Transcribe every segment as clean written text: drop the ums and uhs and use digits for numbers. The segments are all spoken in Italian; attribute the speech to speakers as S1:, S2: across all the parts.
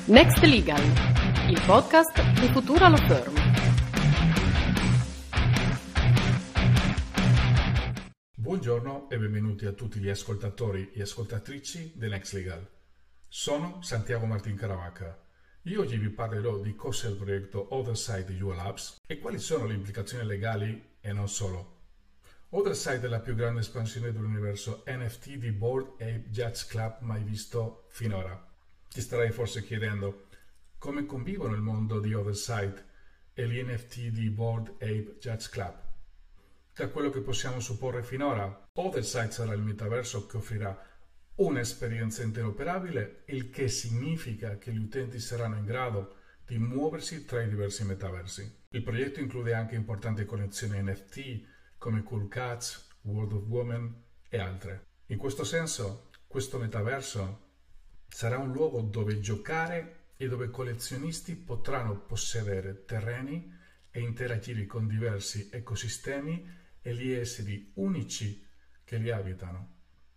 S1: Next Legal, il podcast di Futura Law Firm.
S2: Buongiorno e benvenuti a tutti gli ascoltatori e ascoltatrici di Next Legal. Sono Santiago Martin Caravaca. Io oggi vi parlerò di cos'è il progetto Otherside di Yuga Labs e quali sono le implicazioni legali e non solo. Otherside è la più grande espansione dell'universo NFT di Bored Ape Yacht Club mai visto finora. Ti starai forse chiedendo come convivono il mondo di Otherside e gli NFT di Bored Ape Yacht Club. Da quello che possiamo supporre finora, Otherside sarà il metaverso che offrirà un'esperienza interoperabile, il che significa che gli utenti saranno in grado di muoversi tra i diversi metaversi. Il progetto include anche importanti connessioni NFT come Cool Cats, World of Women e altre. In questo senso, questo metaverso sarà un luogo dove giocare e dove collezionisti potranno possedere terreni e interagire con diversi ecosistemi e gli esseri unici che li abitano.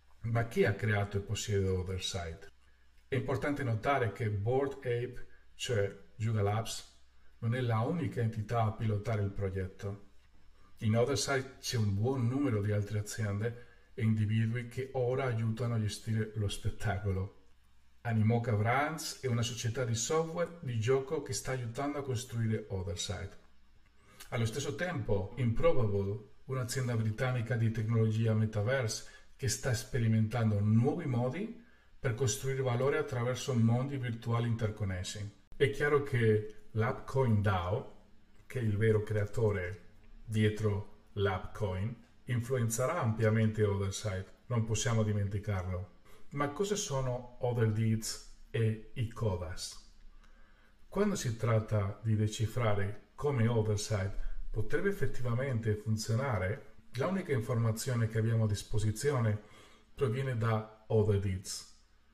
S2: Ma chi ha creato e possiede Otherside? È importante notare che Bored Ape, cioè Yuga Labs, non è la unica entità a pilotare il progetto. In Otherside c'è un buon numero di altre aziende e individui che ora aiutano a gestire lo spettacolo. Animoca Brands è una società di software di gioco che sta aiutando a costruire Otherside. Allo stesso tempo, Improbable, un'azienda britannica di tecnologia metaverse che sta sperimentando nuovi modi per costruire valore attraverso mondi virtuali interconnessi. È chiaro che l'Upcoin DAO, che è il vero creatore dietro l'Upcoin, influenzerà ampiamente Otherside, non possiamo dimenticarlo. Ma cosa sono Otherdeeds e i CODAS? Quando si tratta di decifrare come Otherside potrebbe effettivamente funzionare, l'unica informazione che abbiamo a disposizione proviene da Otherdeeds.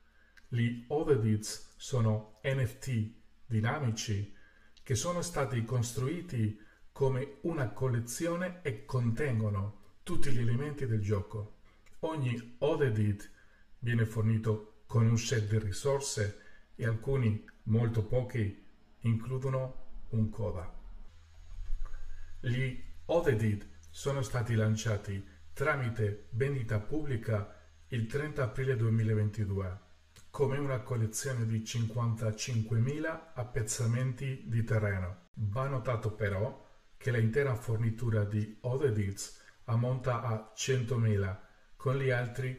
S2: Gli Otherdeeds sono NFT dinamici che sono stati costruiti come una collezione e contengono tutti gli elementi del gioco. Ogni Otherdeed viene fornito con un set di risorse e alcuni, molto pochi, includono un coda. Gli Otherdeed sono stati lanciati tramite vendita pubblica il 30 aprile 2022 come una collezione di 55.000 appezzamenti di terreno. Va notato però che l'intera fornitura di Otherdeeds ammonta a 100.000, con gli altri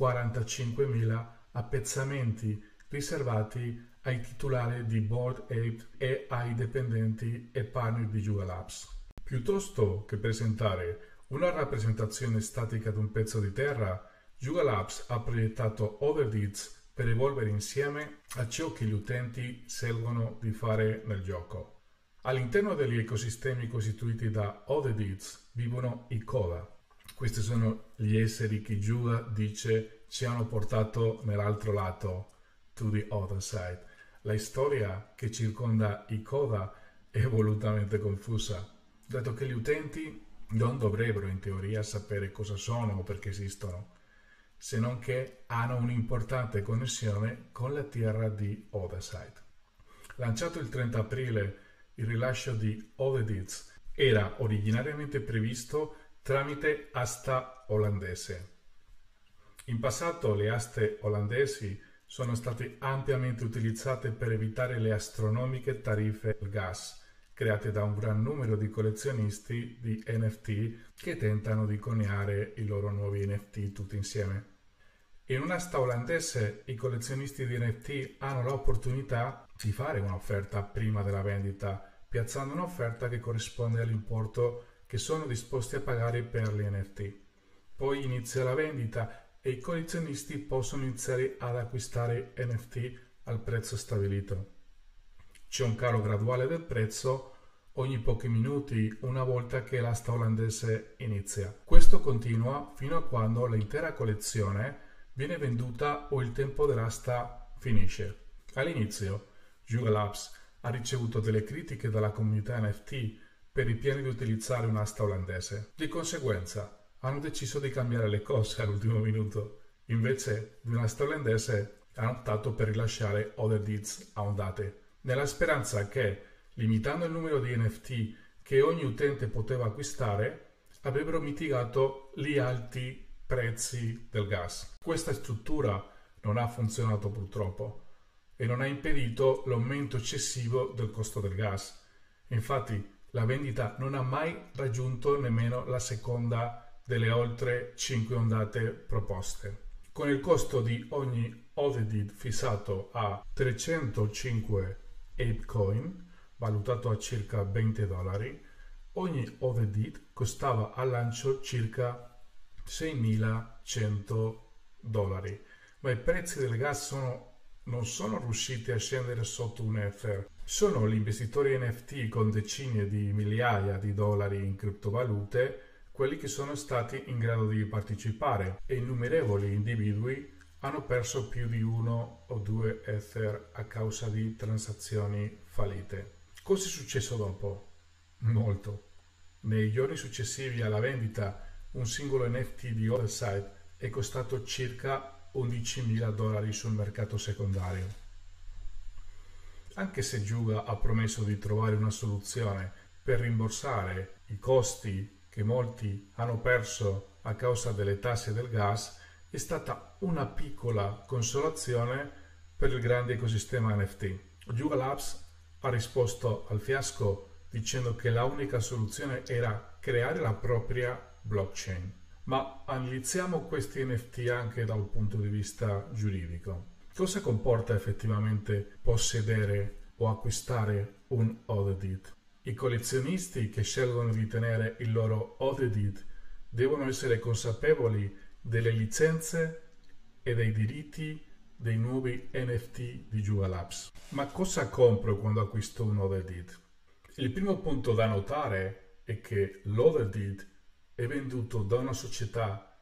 S2: 45.000 appezzamenti riservati ai titolari di Bored Ape e ai dipendenti e partner di Yuga Labs. Piuttosto che presentare una rappresentazione statica di un pezzo di terra, Yuga Labs ha progettato Otherdeeds per evolvere insieme a ciò che gli utenti scelgono di fare nel gioco. All'interno degli ecosistemi costituiti da Otherdeeds vivono i CODA. Questi sono gli esseri che Yuga dice ci hanno portato nell'altro lato, to the other side. La storia che circonda i CODA è volutamente confusa, dato che gli utenti non dovrebbero in teoria sapere cosa sono o perché esistono, se non che hanno un'importante connessione con la terra di Otherside. Lanciato il 30 aprile, il rilascio di Otherdeeds era originariamente previsto tramite asta olandese. In passato le aste olandesi sono state ampiamente utilizzate per evitare le astronomiche tariffe del gas, create da un gran numero di collezionisti di NFT che tentano di coniare i loro nuovi NFT tutti insieme. In un'asta olandese i collezionisti di NFT hanno l'opportunità di fare un'offerta prima della vendita, piazzando un'offerta che corrisponde all'importo che sono disposti a pagare per gli NFT. Poi inizia la vendita e i collezionisti possono iniziare ad acquistare NFT al prezzo stabilito. C'è un calo graduale del prezzo ogni pochi minuti una volta che l'asta olandese inizia. Questo continua fino a quando l'intera collezione viene venduta o il tempo dell'asta finisce. All'inizio, Yuga Labs ha ricevuto delle critiche dalla comunità NFT per i piani di utilizzare un'asta olandese. Di conseguenza, hanno deciso di cambiare le cose all'ultimo minuto. Invece di un'asta olandese, hanno optato per rilasciare Other Deeds a ondate, nella speranza che, limitando il numero di NFT che ogni utente poteva acquistare, avrebbero mitigato gli alti prezzi del gas. Questa struttura non ha funzionato purtroppo e non ha impedito l'aumento eccessivo del costo del gas. Infatti la vendita non ha mai raggiunto nemmeno la seconda delle oltre 5 ondate proposte. Con il costo di ogni ODD fissato a 305 ApeCoin, valutato a circa $20, ogni ODD costava al lancio circa $6.100, ma i prezzi del gas non sono riusciti a scendere sotto un Ether. Sono gli investitori NFT con decine di migliaia di dollari in criptovalute quelli che sono stati in grado di partecipare, e innumerevoli individui hanno perso più di 1 o 2 Ether a causa di transazioni fallite. Cosa è successo dopo? Molto. Nei giorni successivi alla vendita, un singolo NFT di Otherside è costato circa $11.000 sul mercato secondario. Anche se Yuga ha promesso di trovare una soluzione per rimborsare i costi che molti hanno perso a causa delle tasse del gas, è stata una piccola consolazione per il grande ecosistema NFT. Yuga Labs ha risposto al fiasco dicendo che l'unica soluzione era creare la propria blockchain. Ma analizziamo questi NFT anche da un punto di vista giuridico. Cosa comporta effettivamente possedere o acquistare un ODD? I collezionisti che scelgono di tenere il loro ODD devono essere consapevoli delle licenze e dei diritti dei nuovi NFT di Yuga Labs. Ma cosa compro quando acquisto un ODD? Il primo punto da notare è che l'ODD è venduto da una società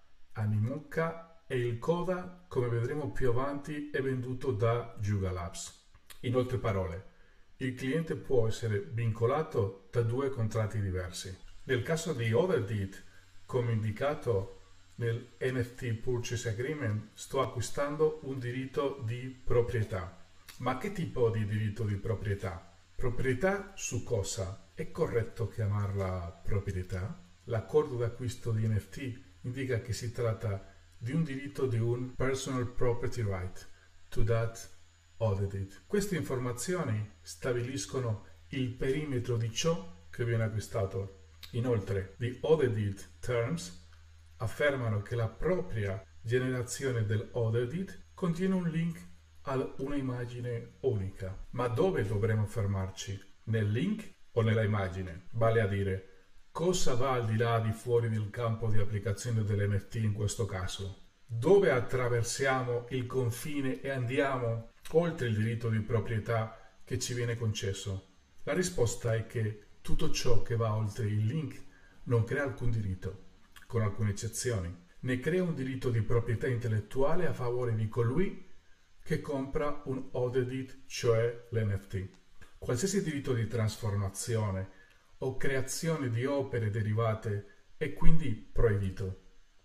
S2: Animoca e il coda, come vedremo più avanti, è venduto da Yuga Labs. In altre parole, il cliente può essere vincolato da 2 contratti diversi. Nel caso di ODD, come indicato nel NFT Purchase Agreement, sto acquistando un diritto di proprietà. Ma che tipo di diritto di proprietà? Proprietà su cosa? È corretto chiamarla proprietà? L'accordo d'acquisto di NFT indica che si tratta di un diritto di un personal property right to that ODD. Queste informazioni stabiliscono il perimetro di ciò che viene acquistato. Inoltre, the ODD terms affermano che la propria generazione dell'ODD contiene un link ad una immagine unica. Ma dove dovremo fermarci? Nel link o nella immagine? Vale a dire, cosa va al di là di fuori del campo di applicazione dell'NFT in questo caso? Dove attraversiamo il confine e andiamo oltre il diritto di proprietà che ci viene concesso? La risposta è che tutto ciò che va oltre il link non crea alcun diritto, con alcune eccezioni. Ne crea un diritto di proprietà intellettuale a favore di colui che compra un ODD, cioè l'NFT. Qualsiasi diritto di trasformazione o creazione di opere derivate è quindi proibito.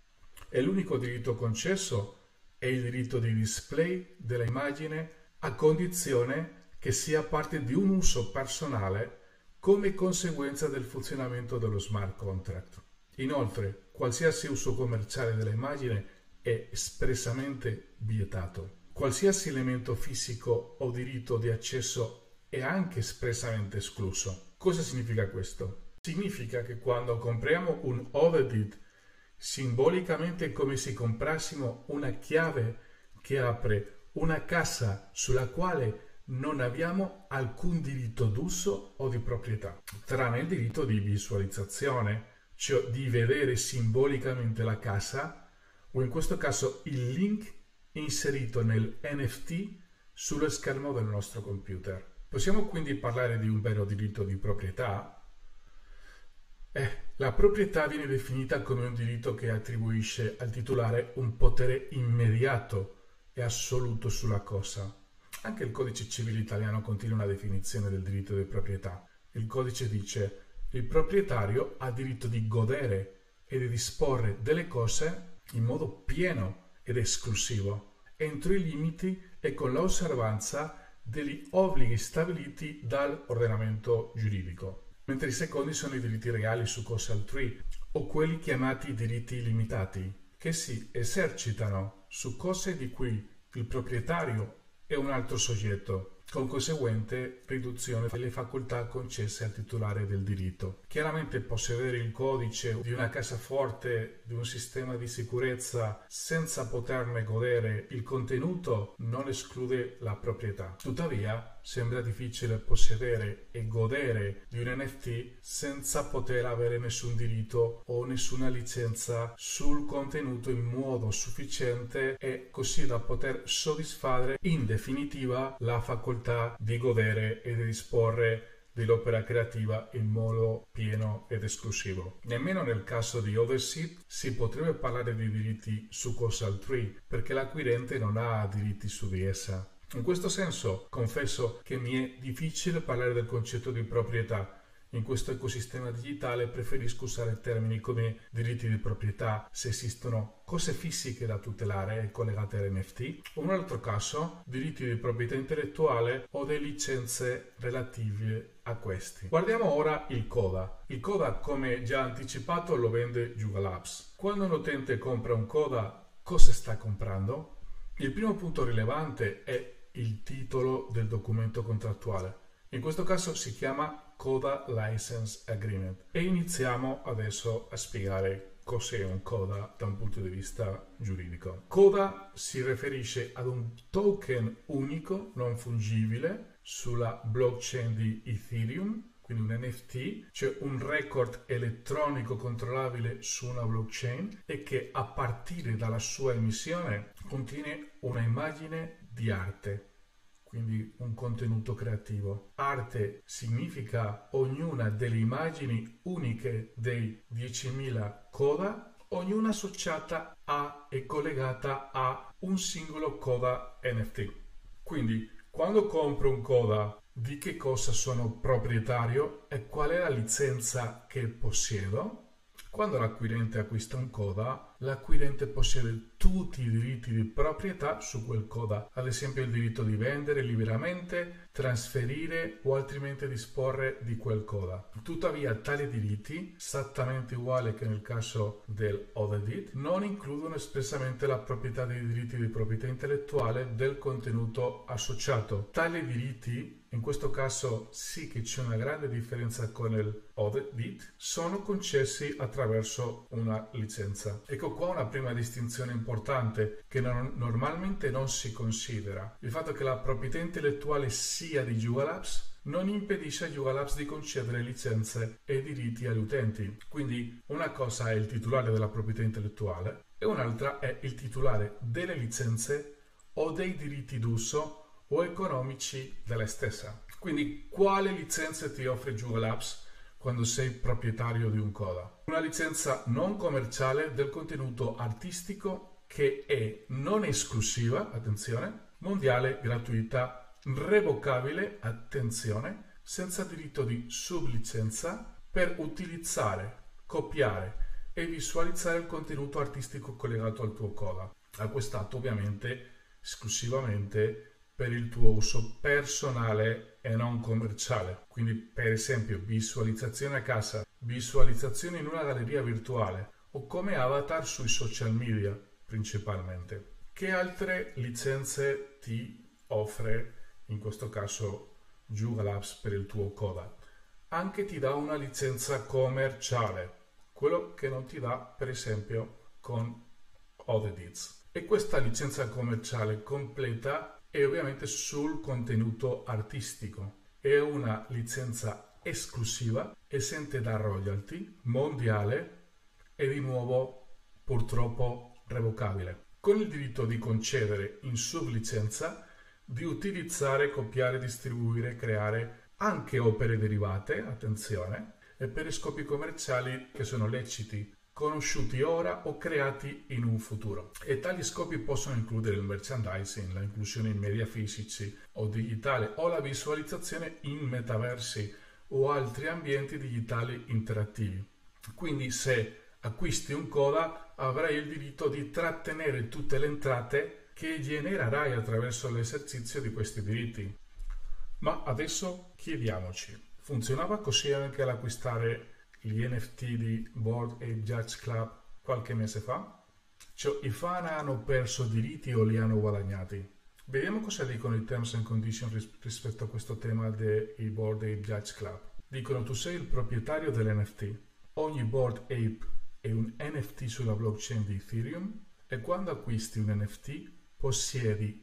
S2: E l'unico diritto concesso è il diritto di display dell'immagine a condizione che sia parte di un uso personale come conseguenza del funzionamento dello smart contract. Inoltre, qualsiasi uso commerciale dell'immagine è espressamente vietato. Qualsiasi elemento fisico o diritto di accesso è anche espressamente escluso. Cosa significa questo? Significa che quando compriamo un ODD, simbolicamente è come se comprassimo una chiave che apre una casa sulla quale non abbiamo alcun diritto d'uso o di proprietà, tranne il diritto di visualizzazione, cioè di vedere simbolicamente la casa, o in questo caso il link inserito nel NFT sullo schermo del nostro computer. Possiamo quindi parlare di un vero diritto di proprietà? La proprietà viene definita come un diritto che attribuisce al titolare un potere immediato e assoluto sulla cosa. Anche il codice civile italiano contiene una definizione del diritto di proprietà. Il codice dice: il proprietario ha diritto di godere e di disporre delle cose in modo pieno ed esclusivo, entro i limiti e con l'osservanza degli obblighi stabiliti dall'ordinamento giuridico, mentre i secondi sono i diritti reali su cose altrui o quelli chiamati diritti limitati, che si esercitano su cose di cui il proprietario è un altro soggetto, con conseguente riduzione delle facoltà concesse al titolare del diritto. Chiaramente possedere il codice di una cassaforte, di un sistema di sicurezza, senza poterne godere il contenuto non esclude la proprietà. Tuttavia, sembra difficile possedere e godere di un NFT senza poter avere nessun diritto o nessuna licenza sul contenuto in modo sufficiente e così da poter soddisfare in definitiva la facoltà di godere e di disporre dell'opera creativa in modo pieno ed esclusivo. Nemmeno nel caso di Otherseed si potrebbe parlare di diritti su cosa altrui, perché l'acquirente non ha diritti su di essa. In questo senso, confesso che mi è difficile parlare del concetto di proprietà. In questo ecosistema digitale preferisco usare termini come diritti di proprietà se esistono cose fisiche da tutelare e collegate all'NFT, o in un altro caso diritti di proprietà intellettuale o delle licenze relative a questi. Guardiamo ora il coda. Il coda, come già anticipato, lo vende Yuga Labs. Quando un utente compra un coda, cosa sta comprando? Il primo punto rilevante è il titolo del documento contrattuale. In questo caso si chiama Coda License Agreement e iniziamo adesso a spiegare cos'è un coda da un punto di vista giuridico. Coda si riferisce ad un token unico non fungibile sulla blockchain di Ethereum, quindi un NFT, cioè un record elettronico controllabile su una blockchain e che a partire dalla sua emissione contiene una immagine di arte. Quindi un contenuto creativo. Arte significa ognuna delle immagini uniche dei 10.000 coda, ognuna associata a e collegata a un singolo coda NFT. Quindi, quando compro un coda, di che cosa sono proprietario e qual è la licenza che possiedo? Quando l'acquirente acquista un coda, l'acquirente possiede tutti i diritti di proprietà su quel coda, ad esempio il diritto di vendere liberamente, trasferire o altrimenti disporre di quel coda. Tuttavia, tali diritti, esattamente uguali che nel caso del ODD, non includono espressamente la proprietà dei diritti di proprietà intellettuale del contenuto associato. Tali diritti, in questo caso sì che c'è una grande differenza con il ODD, sono concessi attraverso una licenza. Ecco qua una prima distinzione importante che normalmente non si considera. Il fatto che la proprietà intellettuale sia di Yuga Labs non impedisce a Yuga Labs di concedere licenze e diritti agli utenti. Quindi una cosa è il titolare della proprietà intellettuale e un'altra è il titolare delle licenze o dei diritti d'uso o economici della stessa. Quindi quale licenza ti offre Yuga Labs quando sei proprietario di un coda? Una licenza non commerciale del contenuto artistico che è non esclusiva, attenzione, mondiale, gratuita, revocabile, attenzione, senza diritto di sublicenza per utilizzare, copiare e visualizzare il contenuto artistico collegato al tuo coda, acquistato ovviamente esclusivamente per il tuo uso personale e non commerciale. Quindi per esempio visualizzazione a casa, visualizzazione in una galleria virtuale o come avatar sui social media principalmente. Che altre licenze ti offre in questo caso Yuga Labs per il tuo coda? Anche ti dà una licenza commerciale, quello che non ti dà per esempio con ODDs. E questa licenza commerciale completa è ovviamente sul contenuto artistico. È una licenza esclusiva, esente da royalty, mondiale e di nuovo purtroppo revocabile, con il diritto di concedere in sublicenza di utilizzare, copiare, distribuire, creare anche opere derivate, attenzione, e per scopi commerciali che sono leciti, conosciuti ora o creati in un futuro. E tali scopi possono includere il merchandising, la inclusione in media fisici o digitale o la visualizzazione in metaversi o altri ambienti digitali interattivi. Quindi se acquisti un coda avrai il diritto di trattenere tutte le entrate che genererai attraverso l'esercizio di questi diritti. Ma adesso chiediamoci, funzionava così anche all'acquistare gli NFT di Bored Ape Yacht Club qualche mese fa? Cioè, i fan hanno perso diritti o li hanno guadagnati? Vediamo cosa dicono i Terms and Conditions rispetto a questo tema dei Bored Ape Yacht Club. Dicono: tu sei il proprietario dell'NFT. Ogni Bored Ape è un NFT sulla blockchain di Ethereum e quando acquisti un NFT possiedi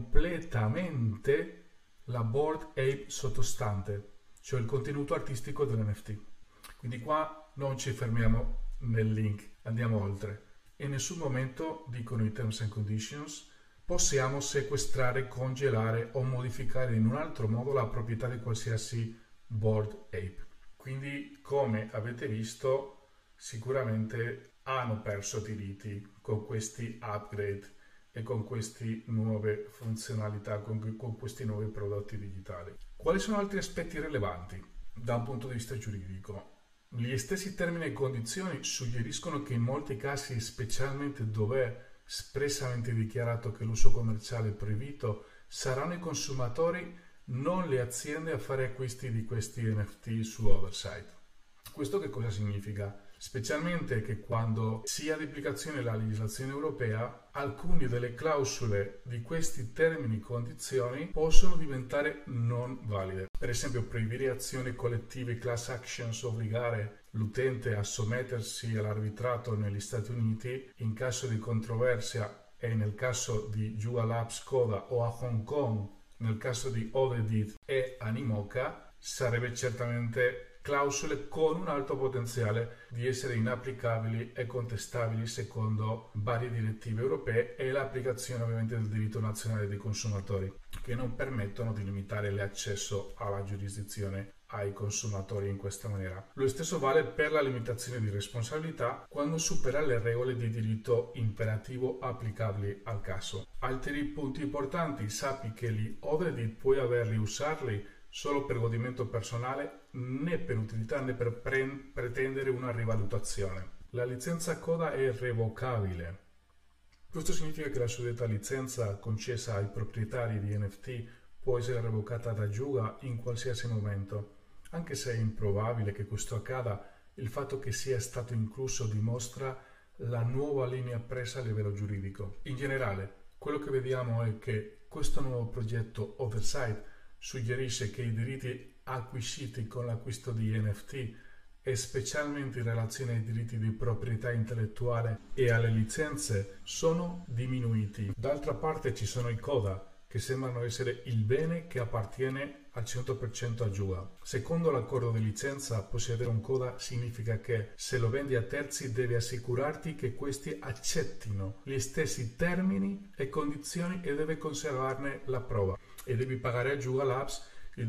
S2: completamente la Bored Ape sottostante, cioè il contenuto artistico dell'NFT. Quindi qua non ci fermiamo nel link, andiamo oltre. In nessun momento, dicono i Terms and Conditions, possiamo sequestrare, congelare o modificare in un altro modo la proprietà di qualsiasi Bored Ape. Quindi, come avete visto, sicuramente hanno perso diritti con questi upgrade e con queste nuove funzionalità, con questi nuovi prodotti digitali. Quali sono altri aspetti rilevanti da un punto di vista giuridico? Gli stessi termini e condizioni suggeriscono che in molti casi, specialmente dove è espressamente dichiarato che l'uso commerciale è proibito, saranno i consumatori, non le aziende, a fare acquisti di questi NFT su Otherside. Questo che cosa significa? Specialmente che quando sia di applicazione la legislazione europea, alcune delle clausole di questi termini e condizioni possono diventare non valide. Per esempio, proibire azioni collettive, class actions, obbligare l'utente a sottomettersi all'arbitrato negli Stati Uniti in caso di controversia, e nel caso di Yuga Labs Coda, o a Hong Kong nel caso di Odedit e Animoca, sarebbe certamente clausole con un alto potenziale di essere inapplicabili e contestabili secondo varie direttive europee e l'applicazione ovviamente del diritto nazionale dei consumatori, che non permettono di limitare l'accesso alla giurisdizione ai consumatori in questa maniera. Lo stesso vale per la limitazione di responsabilità quando supera le regole di diritto imperativo applicabili al caso. Altri punti importanti: sappi che gli Odedit puoi averli, usarli solo per godimento personale, né per utilità né per pretendere una rivalutazione. La licenza Coda è revocabile. Questo significa che la suddetta licenza concessa ai proprietari di NFT può essere revocata da Yuga in qualsiasi momento. Anche se è improbabile che questo accada, il fatto che sia stato incluso dimostra la nuova linea presa a livello giuridico. In generale, quello che vediamo è che questo nuovo progetto Otherside suggerisce che i diritti acquisiti con l'acquisto di NFT, e specialmente in relazione ai diritti di proprietà intellettuale e alle licenze, sono diminuiti. D'altra parte ci sono i Coda, che sembrano essere il bene che appartiene al 100% a Yuga. Secondo l'accordo di licenza, possedere un Coda significa che se lo vendi a terzi devi assicurarti che questi accettino gli stessi termini e condizioni e devi conservarne la prova, e devi pagare a Yuga Labs il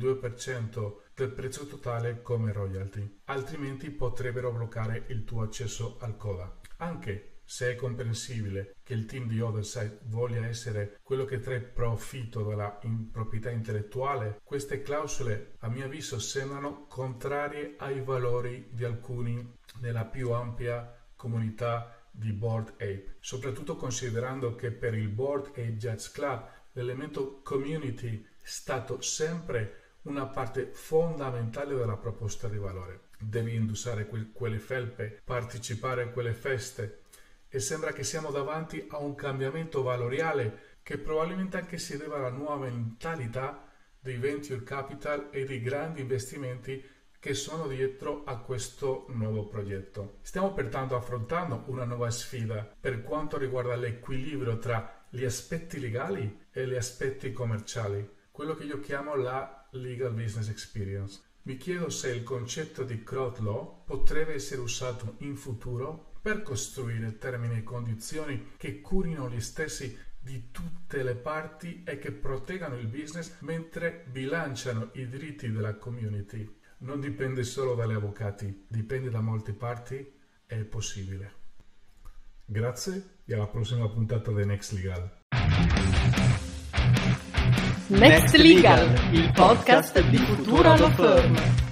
S2: 2% del prezzo totale come royalty, altrimenti potrebbero bloccare il tuo accesso al Coda. Anche se è comprensibile che il team di Otherside voglia essere quello che trae profitto dalla proprietà intellettuale, queste clausole, a mio avviso, sembrano contrarie ai valori di alcuni nella più ampia comunità di Bored Ape, soprattutto considerando che per il Bored Ape Yacht Club l'elemento community è stato sempre una parte fondamentale della proposta di valore. Devi indossare quelle felpe, partecipare a quelle feste, e sembra che siamo davanti a un cambiamento valoriale che probabilmente anche si deve alla nuova mentalità dei venture capital e dei grandi investimenti che sono dietro a questo nuovo progetto. Stiamo pertanto affrontando una nuova sfida per quanto riguarda l'equilibrio tra gli aspetti legali e gli aspetti commerciali, quello che io chiamo la legal business experience. Mi chiedo se il concetto di crowd law potrebbe essere usato in futuro per costruire termini e condizioni che curino gli stessi di tutte le parti e che proteggano il business mentre bilanciano i diritti della community. Non dipende solo dagli avvocati, dipende da molte parti, è possibile. Grazie e alla prossima puntata di Next Legal.
S1: Next Legal, il podcast di Futura Law Firm.